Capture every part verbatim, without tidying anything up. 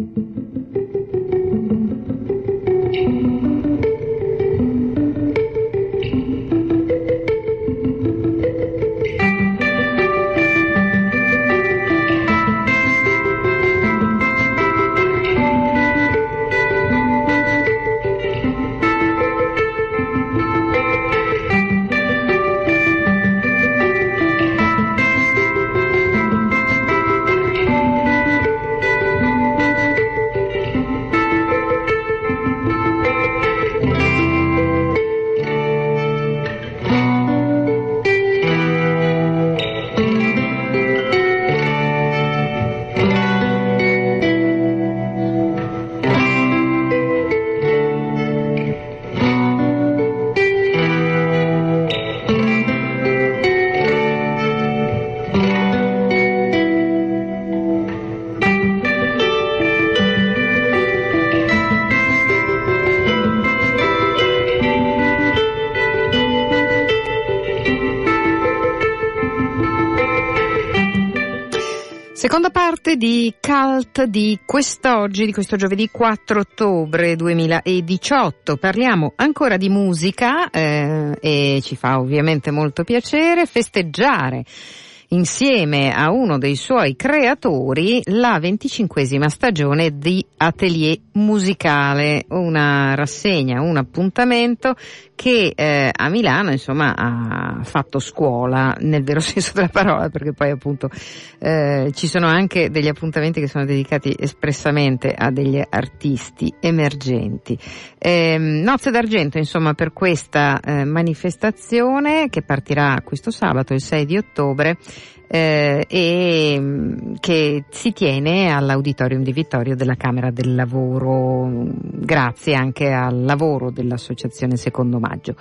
Seconda parte di Cult di quest'oggi, di questo giovedì quattro ottobre duemiladiciotto. Parliamo ancora di musica eh, e ci fa ovviamente molto piacere festeggiare insieme a uno dei suoi creatori la venticinquesima stagione di Atelier Musicale, una rassegna, un appuntamento che eh, a Milano insomma ha fatto scuola nel vero senso della parola, perché poi appunto eh, ci sono anche degli appuntamenti che sono dedicati espressamente a degli artisti emergenti. Eh, nozze d'argento insomma per questa eh, manifestazione che partirà questo sabato il sei di ottobre eh, e che si tiene all'Auditorium di Vittorio della Camera del Lavoro, grazie anche al lavoro dell'Associazione Secondo Maggio.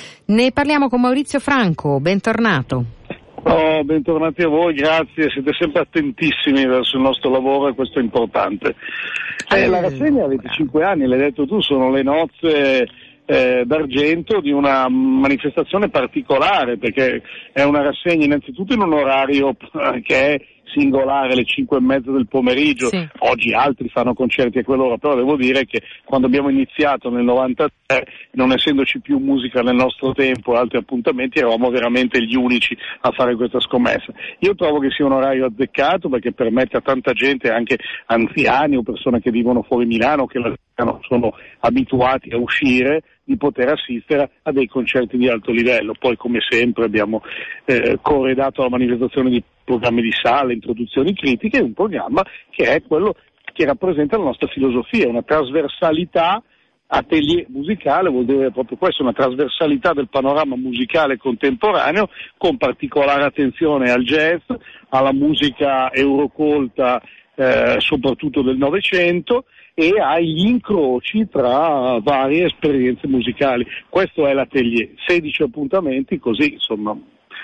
Ne parliamo con Maurizio Franco, bentornato. Oh, bentornati a voi, grazie, siete sempre attentissimi verso il nostro lavoro e questo è importante. Eh, la rassegna ha venticinque anni, l'hai detto tu, sono le nozze eh, d'argento di una manifestazione particolare, perché è una rassegna innanzitutto in un orario che è singolare, alle cinque e mezza del pomeriggio. Sì. Oggi altri fanno concerti a quell'ora, però devo dire che quando abbiamo iniziato nel novantatré, non essendoci più musica nel nostro tempo e altri appuntamenti, eravamo veramente gli unici a fare questa scommessa. Io trovo che sia un orario azzeccato perché permette a tanta gente, anche anziani o persone che vivono fuori Milano, che sono abituati a uscire, di poter assistere a dei concerti di alto livello. Poi, come sempre, abbiamo eh, corredato la manifestazione di programmi di sala, introduzioni critiche, un programma che è quello che rappresenta la nostra filosofia, una trasversalità. Atelier musicale vuol dire proprio questo, una trasversalità del panorama musicale contemporaneo, con particolare attenzione al jazz, alla musica eurocolta, eh, soprattutto del Novecento, e agli incroci tra varie esperienze musicali. Questo è l'Atelier, sedici appuntamenti così, insomma,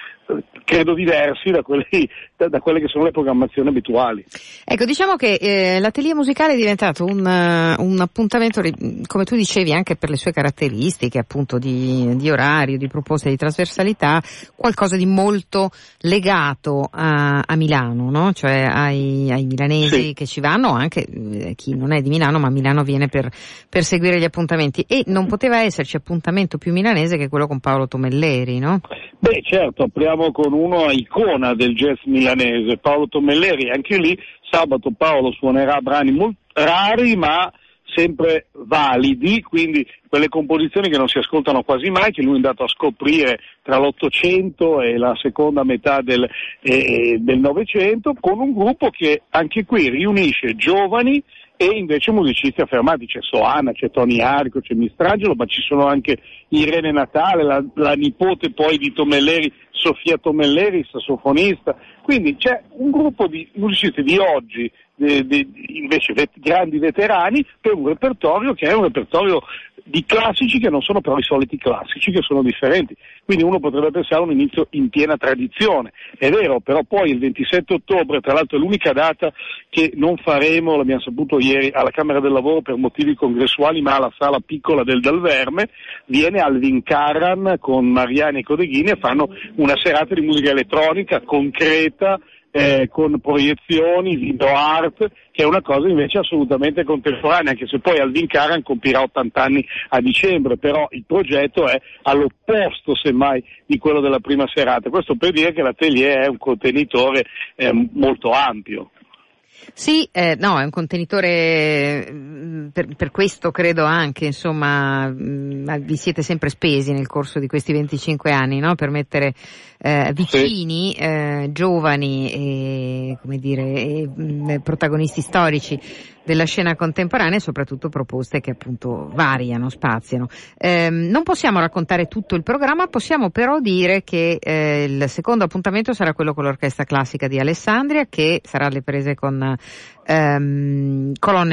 credo diversi da, quelli, da, da quelle che sono le programmazioni abituali. Ecco, diciamo che eh, l'Atelier Musicale è diventato un, uh, un appuntamento, come tu dicevi, anche per le sue caratteristiche appunto di, di orario, di proposte, di trasversalità, qualcosa di molto legato a, a Milano, no? Cioè ai, ai milanesi sì. che ci vanno, anche eh, chi non è di Milano, ma a Milano viene per, per seguire gli appuntamenti, e non poteva esserci appuntamento più milanese che quello con Paolo Tomelleri, no? Beh, certo, apriamo con uno icona del jazz milanese, Paolo Tomelleri. Anche lì sabato Paolo suonerà brani molto rari ma sempre validi, quindi quelle composizioni che non si ascoltano quasi mai, che lui è andato a scoprire tra l'Ottocento e la seconda metà del, eh, del Novecento, con un gruppo che anche qui riunisce giovani e invece musicisti affermati. C'è Soana, c'è Tony Arco, c'è Mistrangelo, ma ci sono anche Irene Natale, la, la nipote poi di Tomelleri, Sofia Tomelleri, sassofonista. Quindi c'è un gruppo di musicisti di oggi, de, de, invece vet, grandi veterani, per un repertorio che è un repertorio di classici che non sono però i soliti classici, che sono differenti. Quindi uno potrebbe pensare a un inizio in piena tradizione. È vero, però poi il ventisette ottobre, tra l'altro è l'unica data che non faremo, l'abbiamo saputo ieri, alla Camera del Lavoro per motivi congressuali, ma alla sala piccola del Dal Verme, viene Alvin Carran con Mariani e Codeghini e fanno una serata di musica elettronica concreta, eh, con proiezioni, video art, che è una cosa invece assolutamente contemporanea, anche se poi Alvin Karan compirà ottanta anni a dicembre, però il progetto è all'opposto semmai di quello della prima serata. Questo per dire che l'Atelier è un contenitore eh, molto ampio. Sì, eh, no, è un contenitore, per, per questo credo anche, insomma, mh, vi siete sempre spesi nel corso di questi venticinque anni, no? Per mettere eh, vicini, sì. eh, giovani e, come dire, e, mh, protagonisti storici della scena contemporanea e soprattutto proposte che appunto variano, spaziano. Eh, non possiamo raccontare tutto il programma, possiamo però dire che eh, il secondo appuntamento sarà quello con l'Orchestra Classica di Alessandria, che sarà alle prese con ehm, colonne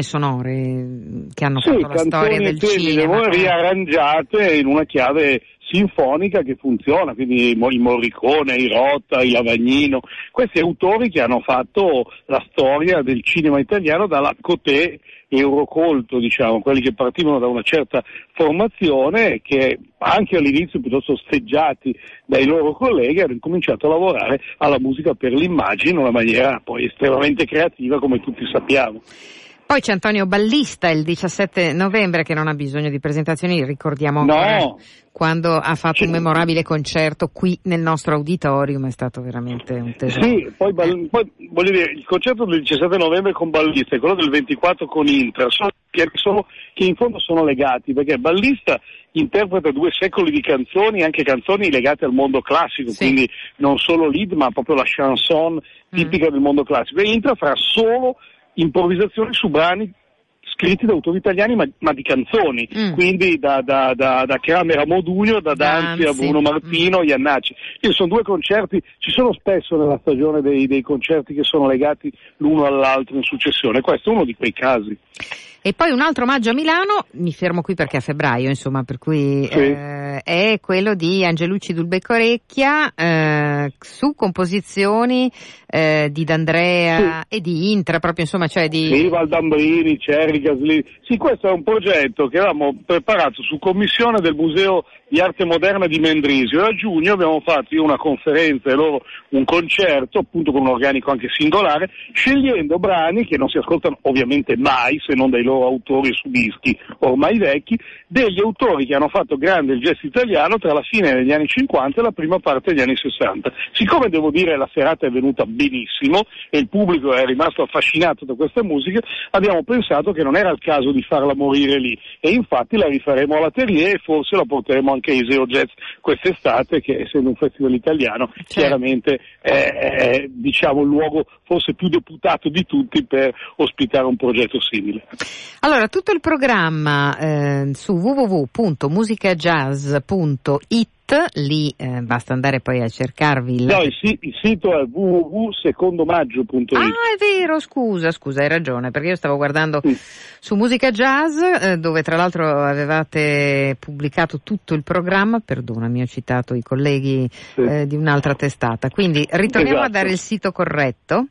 sonore che hanno sì, fatto la storia del cinema. Sì, riarrangiate in una chiave sinfonica che funziona, quindi i Morricone, i Rota, i Lavagnino, questi autori che hanno fatto la storia del cinema italiano dalla cotè eurocolto, diciamo, quelli che partivano da una certa formazione e che anche all'inizio piuttosto osteggiati dai loro colleghi hanno incominciato a lavorare alla musica per l'immagine in una maniera poi estremamente creativa, come tutti sappiamo. Poi c'è Antonio Ballista il diciassette novembre, che non ha bisogno di presentazioni, ricordiamo ancora no. quando ha fatto sì. un memorabile concerto qui nel nostro auditorium, è stato veramente un tesoro. Sì, poi, poi voglio dire, il concerto del diciassette novembre con Ballista e quello del ventiquattro con Intra sono, sono, che in fondo sono legati, perché Ballista interpreta due secoli di canzoni, anche canzoni legate al mondo classico, sì. quindi non solo lead ma proprio la chanson tipica mm. del mondo classico, e Intra farà solo improvvisazioni su brani scritti da autori italiani ma, ma di canzoni, mm. quindi da, da, da, da Kramer a Modugno, da Danzi a Bruno Martino, mm. Iannacci. Quindi sono due concerti, ci sono spesso nella stagione dei, dei concerti che sono legati l'uno all'altro in successione, questo è uno di quei casi. E poi un altro omaggio a Milano, mi fermo qui perché è a febbraio, insomma, per cui sì. eh, è quello di Angelucci Dulbecco Orecchia, eh, su composizioni eh, di D'Andrea sì. e di Intra, proprio insomma, cioè di... Sì, Valdambrini, Cerri, Gaslini. Sì, questo è un progetto che avevamo preparato su commissione del Museo di Arte Moderna di Mendrisio e a giugno abbiamo fatto io una conferenza e loro un concerto, appunto con un organico anche singolare, scegliendo brani che non si ascoltano ovviamente mai, se non dai loro autori su dischi ormai vecchi, degli autori che hanno fatto grande il jazz italiano tra la fine degli anni cinquanta e la prima parte degli anni sessanta. Siccome devo dire la serata è venuta benissimo e il pubblico è rimasto affascinato da queste musiche, abbiamo pensato che non era il caso di farla morire lì e infatti la rifaremo all'Atelier e forse la porteremo anche a Iseo Jazz quest'estate, che essendo un festival italiano certo. chiaramente è, è diciamo il luogo forse più deputato di tutti per ospitare un progetto simile. Allora, tutto il programma eh, su w w w punto musicajazz punto it, lì eh, basta andare poi a cercarvi il... No, il, si- il sito è w w w punto secondomaggio punto it. Ah, è vero, scusa, scusa, hai ragione, perché io stavo guardando mm. su Musica Jazz, eh, dove tra l'altro avevate pubblicato tutto il programma, perdonami, ho citato i colleghi sì. eh, di un'altra testata, quindi ritorniamo esatto. a dare il sito corretto.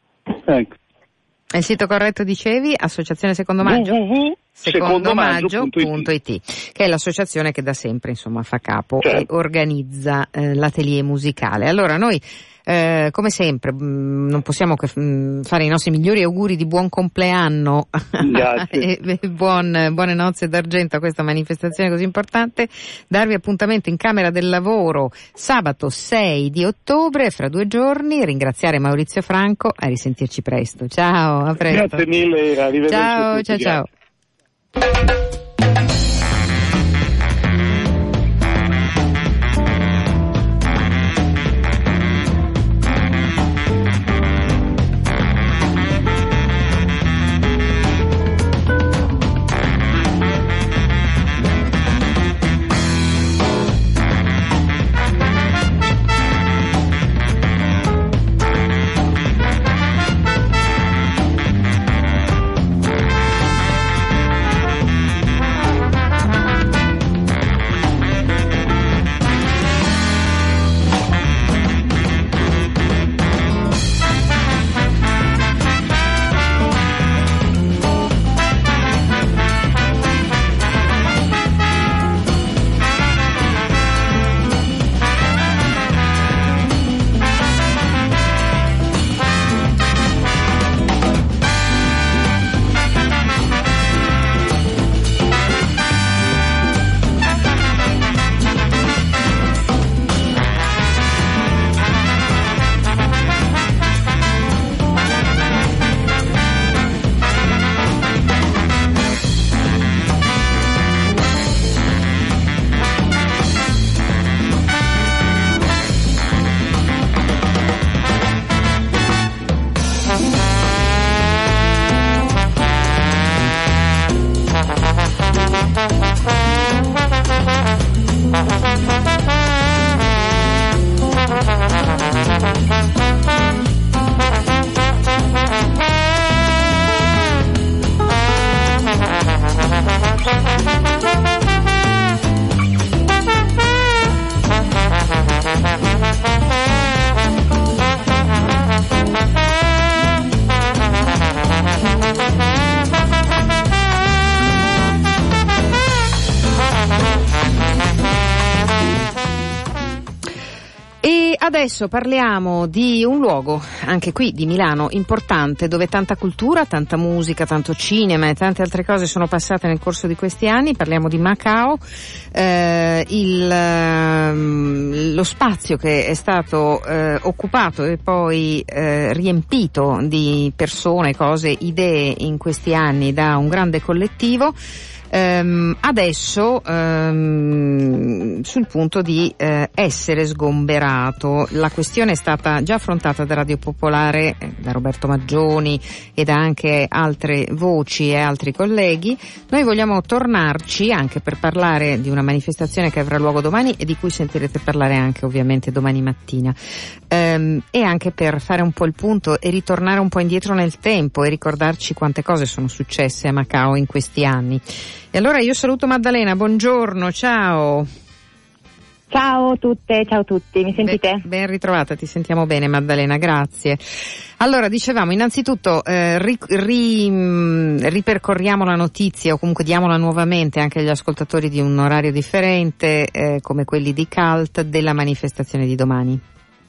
Ecco. Il sito corretto dicevi? Associazione Secondo Maggio? w w w punto secondomaggio punto it, che è l'associazione che da sempre insomma fa capo certo. e organizza eh, l'atelier musicale. Allora noi eh, come sempre mh, non possiamo che mh, fare i nostri migliori auguri di buon compleanno e, e buon, buone nozze d'argento a questa manifestazione così importante, darvi appuntamento in Camera del Lavoro sabato sei di ottobre, fra due giorni, ringraziare Maurizio Franco, a risentirci presto. Ciao, a presto. Grazie mille, arrivederci. Ciao, ciao, ciao. Adesso parliamo di un luogo, anche qui di Milano, importante, dove tanta cultura, tanta musica, tanto cinema e tante altre cose sono passate nel corso di questi anni. Parliamo di Macao, eh, il, eh, lo spazio che è stato eh, occupato e poi eh, riempito di persone, cose, idee in questi anni da un grande collettivo. Um, adesso um, sul punto di uh, essere sgomberato. La questione è stata già affrontata da Radio Popolare, eh, da Roberto Maggioni e da anche altre voci e altri colleghi. Noi vogliamo tornarci anche per parlare di una manifestazione che avrà luogo domani e di cui sentirete parlare anche ovviamente domani mattina, um, e anche per fare un po' il punto e ritornare un po' indietro nel tempo e ricordarci quante cose sono successe a Macao in questi anni. E allora io saluto Maddalena, buongiorno, ciao. Ciao a tutte, ciao a tutti, mi sentite? Ben, ben ritrovata, ti sentiamo bene Maddalena, grazie. Allora, dicevamo, innanzitutto eh, ri, ri, ripercorriamo la notizia o comunque diamola nuovamente anche agli ascoltatori di un orario differente, eh, come quelli di Cult, della manifestazione di domani.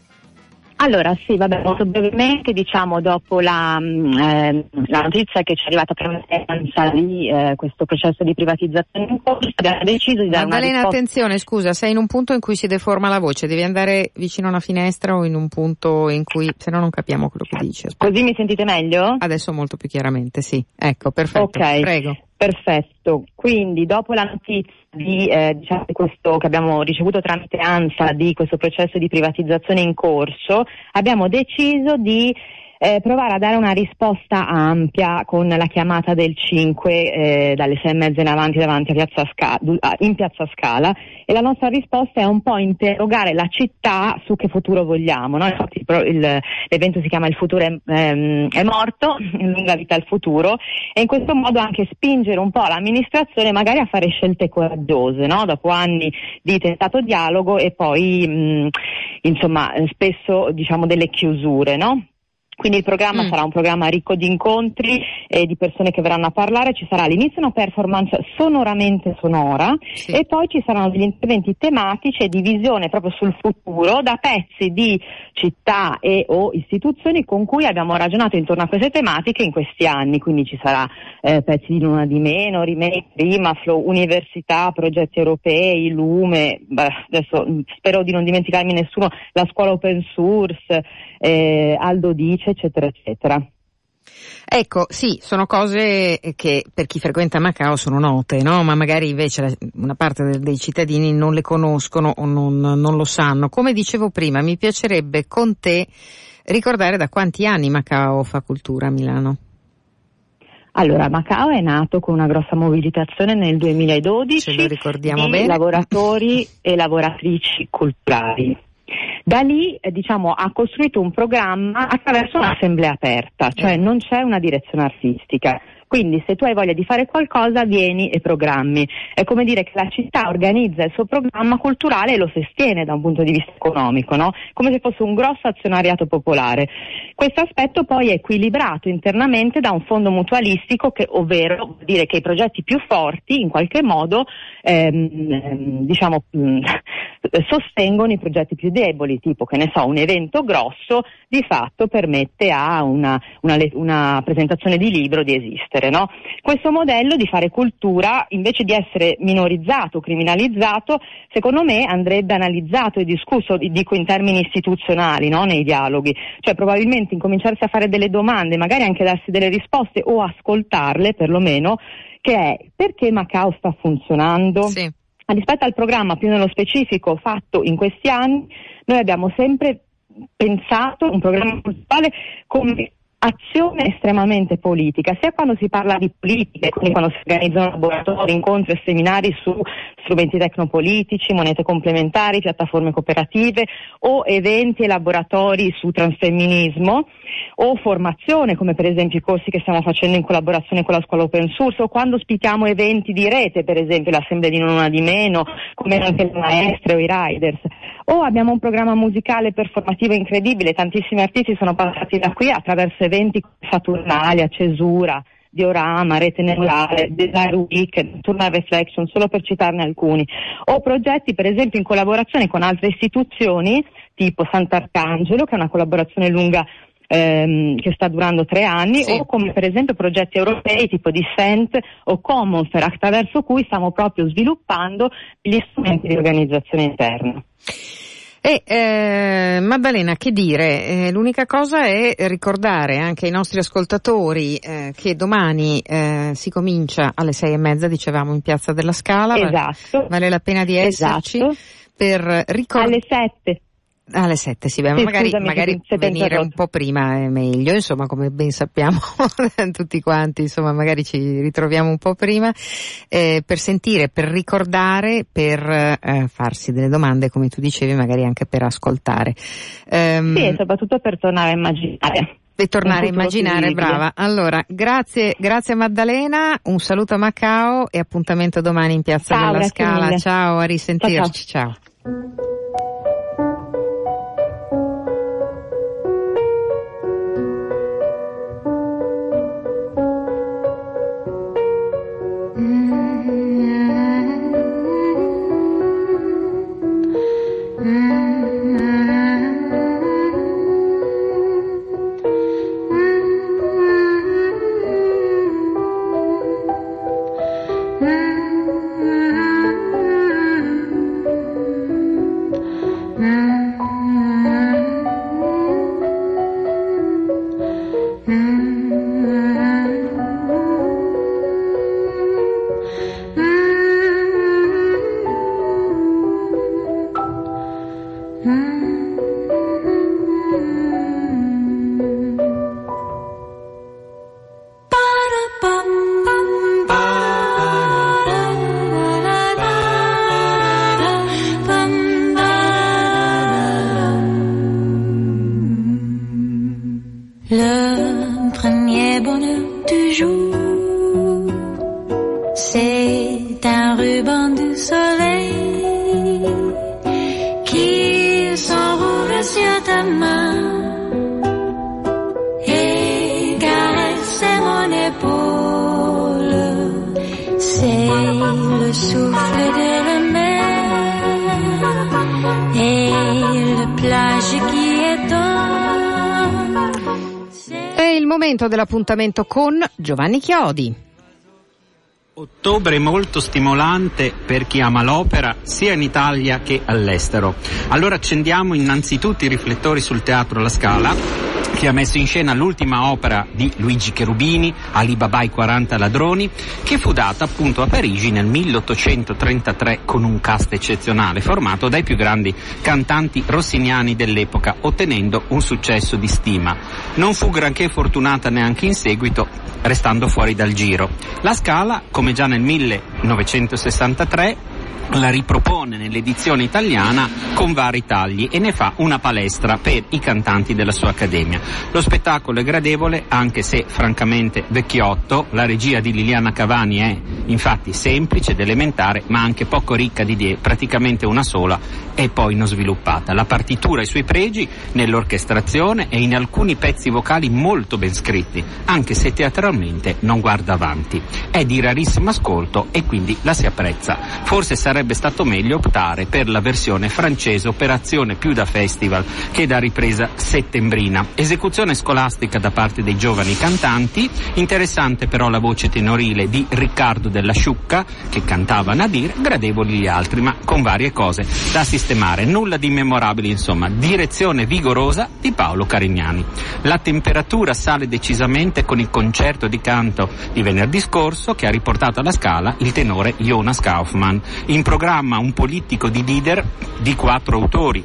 Allora sì, vabbè, molto brevemente, diciamo, dopo la, eh, la notizia che ci è arrivata precedenza di eh, questo processo di privatizzazione in corso, abbiamo deciso di dare Maddalena, una risposta. attenzione, scusa, sei in un punto in cui si deforma la voce, devi andare vicino a una finestra o in un punto in cui, se no non capiamo quello che dici. Aspetta. Così mi sentite meglio? Adesso molto più chiaramente, sì. Ecco, perfetto, Ok, prego. Perfetto, quindi dopo la notizia di, eh, diciamo, questo che abbiamo ricevuto tramite ANSA di questo processo di privatizzazione in corso, abbiamo deciso di eh, provare a dare una risposta ampia con la chiamata del cinque eh, dalle sei e mezza in avanti davanti a Piazza Scala, in Piazza Scala, e la nostra risposta è un po' interrogare la città su che futuro vogliamo, no? Infatti il, l'evento si chiama Il futuro è, ehm, è morto, lunga vita al futuro, e in questo modo anche spingere un po' l'amministrazione magari a fare scelte coraggiose, no? Dopo anni di tentato dialogo e poi mh, insomma spesso diciamo delle chiusure, no? Quindi il programma mm. sarà un programma ricco di incontri e di persone che verranno a parlare. Ci sarà all'inizio una performance sonoramente sonora, sì, e poi ci saranno degli interventi tematici e di visione proprio sul futuro da pezzi di città e o istituzioni con cui abbiamo ragionato intorno a queste tematiche in questi anni. Quindi ci sarà eh, pezzi di Luna di Meno, Remake, Rimaflow, università, progetti europei, Lume, beh, adesso spero di non dimenticarmi nessuno, la scuola open source, eh, Aldo Dice, eccetera eccetera. Ecco, sì, sono cose che per chi frequenta Macao sono note, no? Ma magari invece una parte dei cittadini non le conoscono o non, non lo sanno. Come dicevo prima, mi piacerebbe con te ricordare da quanti anni Macao fa cultura a Milano. Allora, Macao è nato con una grossa mobilitazione nel duemiladodici, ce lo ricordiamo di bene, lavoratori e lavoratrici culturali. Da lì eh, diciamo ha costruito un programma attraverso un'assemblea aperta, cioè non c'è una direzione artistica. Quindi se tu hai voglia di fare qualcosa vieni e programmi. È come dire che la città organizza il suo programma culturale e lo sostiene da un punto di vista economico, no? Come se fosse un grosso azionariato popolare. Questo aspetto poi è equilibrato internamente da un fondo mutualistico, che, ovvero vuol dire che i progetti più forti in qualche modo ehm, diciamo mh, sostengono i progetti più deboli, tipo che ne so, un evento grosso di fatto permette a una, una, una presentazione di libro di esistere. No? Questo modello di fare cultura, invece di essere minorizzato, criminalizzato, secondo me andrebbe analizzato e discusso, dico in termini istituzionali, no? Nei dialoghi, cioè probabilmente incominciarsi a fare delle domande, magari anche darsi delle risposte o ascoltarle perlomeno, che è: perché Macao sta funzionando? Sì. Rispetto al programma più nello specifico fatto in questi anni, noi abbiamo sempre pensato un programma culturale come azione estremamente politica, sia quando si parla di politiche, quindi quando si organizzano laboratori, incontri e seminari su strumenti tecnopolitici, monete complementari, piattaforme cooperative, o eventi e laboratori su transfemminismo, o formazione, come per esempio i corsi che stiamo facendo in collaborazione con la scuola open source, o quando ospitiamo eventi di rete, per esempio l'assemblea di Non Una di Meno, come anche le maestre o i riders. O abbiamo un programma musicale performativo incredibile, tantissimi artisti sono passati da qui attraverso eventi come Saturnalia, Cesura, Diorama, Rete Neurale, Design Week, Nocturnal Reflection, solo per citarne alcuni, o progetti per esempio in collaborazione con altre istituzioni tipo Sant'Arcangelo, che è una collaborazione lunga ehm, che sta durando tre anni, sì. O come per esempio progetti europei tipo Dissent o Commons, attraverso cui stiamo proprio sviluppando gli strumenti di organizzazione interna. E eh, Maddalena, che dire, eh, l'unica cosa è ricordare anche ai nostri ascoltatori eh, che domani eh, si comincia alle sei e mezza, dicevamo, in Piazza della Scala. Esatto. Vale la pena di esserci, esatto. Per ricordare. Alle sette. Alle sette, sì, beh, sì, magari, scusami, magari venire un po' prima è meglio, insomma, come ben sappiamo tutti quanti, insomma, magari ci ritroviamo un po' prima, eh, per sentire, per ricordare, per eh, farsi delle domande, come tu dicevi, magari anche per ascoltare. Um, sì, e soprattutto per tornare a immaginare. E tornare a immaginare, brava. Allora, grazie, grazie Maddalena, un saluto a Macao e appuntamento domani in Piazza ciao, della Scala. Mille. Ciao, a risentirci, ciao. ciao. ciao. Dell'appuntamento con Giovanni Chiodi. Ottobre molto stimolante per chi ama l'opera sia in Italia che all'estero. Allora accendiamo innanzitutto i riflettori sul Teatro La Scala, che ha messo in scena l'ultima opera di Luigi Cherubini, Ali Baba e i quaranta ladroni, che fu data appunto a Parigi nel milleottocentotrentatré con un cast eccezionale formato dai più grandi cantanti rossiniani dell'epoca, ottenendo un successo di stima. Non fu granché fortunata neanche in seguito, restando fuori dal giro. La Scala, come già nel millenovecentosessantatré, la ripropone nell'edizione italiana con vari tagli e ne fa una palestra per i cantanti della sua accademia. Lo spettacolo è gradevole, anche se francamente vecchiotto. La regia di Liliana Cavani è infatti semplice ed elementare, ma anche poco ricca di idee, praticamente una sola e poi non sviluppata. La partitura ha i suoi pregi nell'orchestrazione e in alcuni pezzi vocali molto ben scritti, anche se teatralmente non guarda avanti. È di rarissimo ascolto e quindi la si apprezza. Forse sarebbe Sarebbe stato meglio optare per la versione francese, operazione più da festival che da ripresa settembrina. Esecuzione scolastica da parte dei giovani cantanti, interessante però la voce tenorile di Riccardo Della Sciucca, che cantava Nadir, gradevoli gli altri, ma con varie cose da sistemare. Nulla di memorabile, insomma, direzione vigorosa di Paolo Carignani. La temperatura sale decisamente con il concerto di canto di venerdì scorso, che ha riportato alla Scala il tenore Jonas Kaufmann. In programma un politico di Lieder di quattro autori: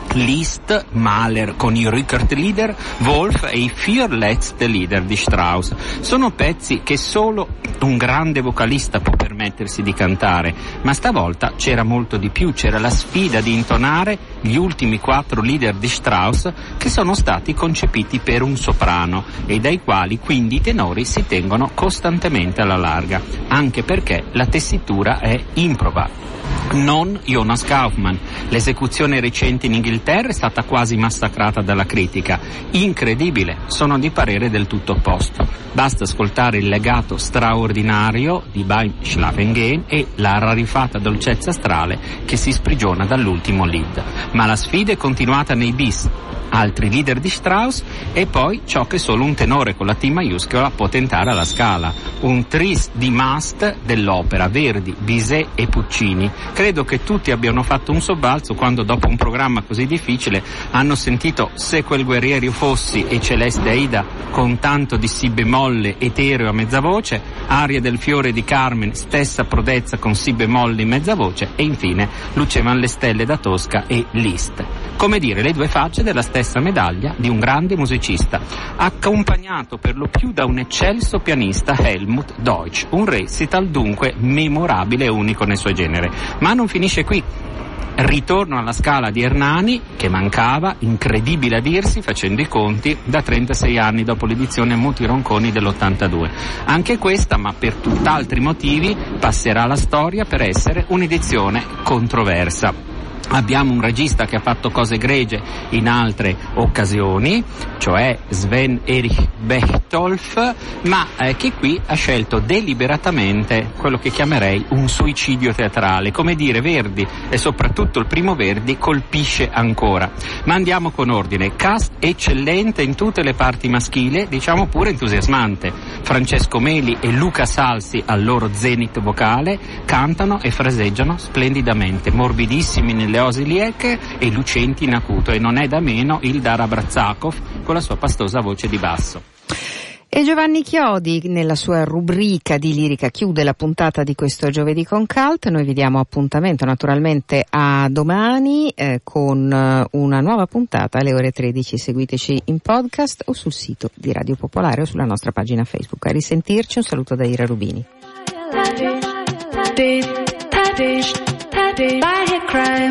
Liszt, Mahler con i Rückert-Lieder, Wolf e i Vier letzte Lieder di Strauss. Sono pezzi che solo un grande vocalista può permettersi di cantare, ma stavolta c'era molto di più, c'era la sfida di intonare gli ultimi quattro Lieder di Strauss, che sono stati concepiti per un soprano e dai quali quindi i tenori si tengono costantemente alla larga, anche perché la tessitura è improba. non Jonas Kaufmann. L'esecuzione recente in Inghilterra è stata quasi massacrata dalla critica. Incredibile, sono di parere del tutto opposto. Basta ascoltare il legato straordinario di Beim Schlafengehen e la rarefata dolcezza astrale che si sprigiona dall'ultimo lead. Ma la sfida è continuata nei bis, altri leader di Strauss e poi ciò che solo un tenore con la T maiuscola può tentare alla Scala. Un tris di must dell'opera, Verdi, Bizet e Puccini. Credo che tutti abbiano fatto un sobbalzo quando dopo un programma così difficile hanno sentito Se quel guerriero fossi e Celeste Aida con tanto di si bemolle etereo a mezza voce, arie del fiore di Carmen, stessa prodezza con si bemolle in mezza voce e infine lucevano le stelle da Tosca e Liszt. Come dire, le due facce della stessa medaglia di un grande musicista, accompagnato per lo più da un eccelso pianista, Helmut Deutsch, un recital dunque memorabile e unico nel suo genere. Ma non finisce qui. Ritorno alla Scala di Hernani, che mancava, incredibile a dirsi, facendo i conti, da trentasei anni dopo l'edizione Muti Ronconi dell'ottantadue. Anche questa, ma per tutt'altri motivi, passerà alla storia per essere un'edizione controversa. Abbiamo un regista che ha fatto cose egregie in altre occasioni, cioè Sven Erich Bechtolf, ma eh, che qui ha scelto deliberatamente quello che chiamerei un suicidio teatrale. Come dire, Verdi, e soprattutto il primo Verdi, colpisce ancora. Ma andiamo con ordine. Cast eccellente in tutte le parti maschili, diciamo pure entusiasmante. Francesco Meli e Luca Salsi al loro zenith vocale cantano e fraseggiano splendidamente, morbidissimi nelle osi lieche e lucenti in acuto, e non è da meno il Dara Brazakov con la sua pastosa voce di basso. E Giovanni Chiodi nella sua rubrica di lirica chiude la puntata di questo giovedì con Cult. Noi vi diamo appuntamento naturalmente a domani eh, con una nuova puntata alle ore tredici. Seguiteci in podcast o sul sito di Radio Popolare o sulla nostra pagina Facebook. A risentirci, un saluto da Ira Rubini.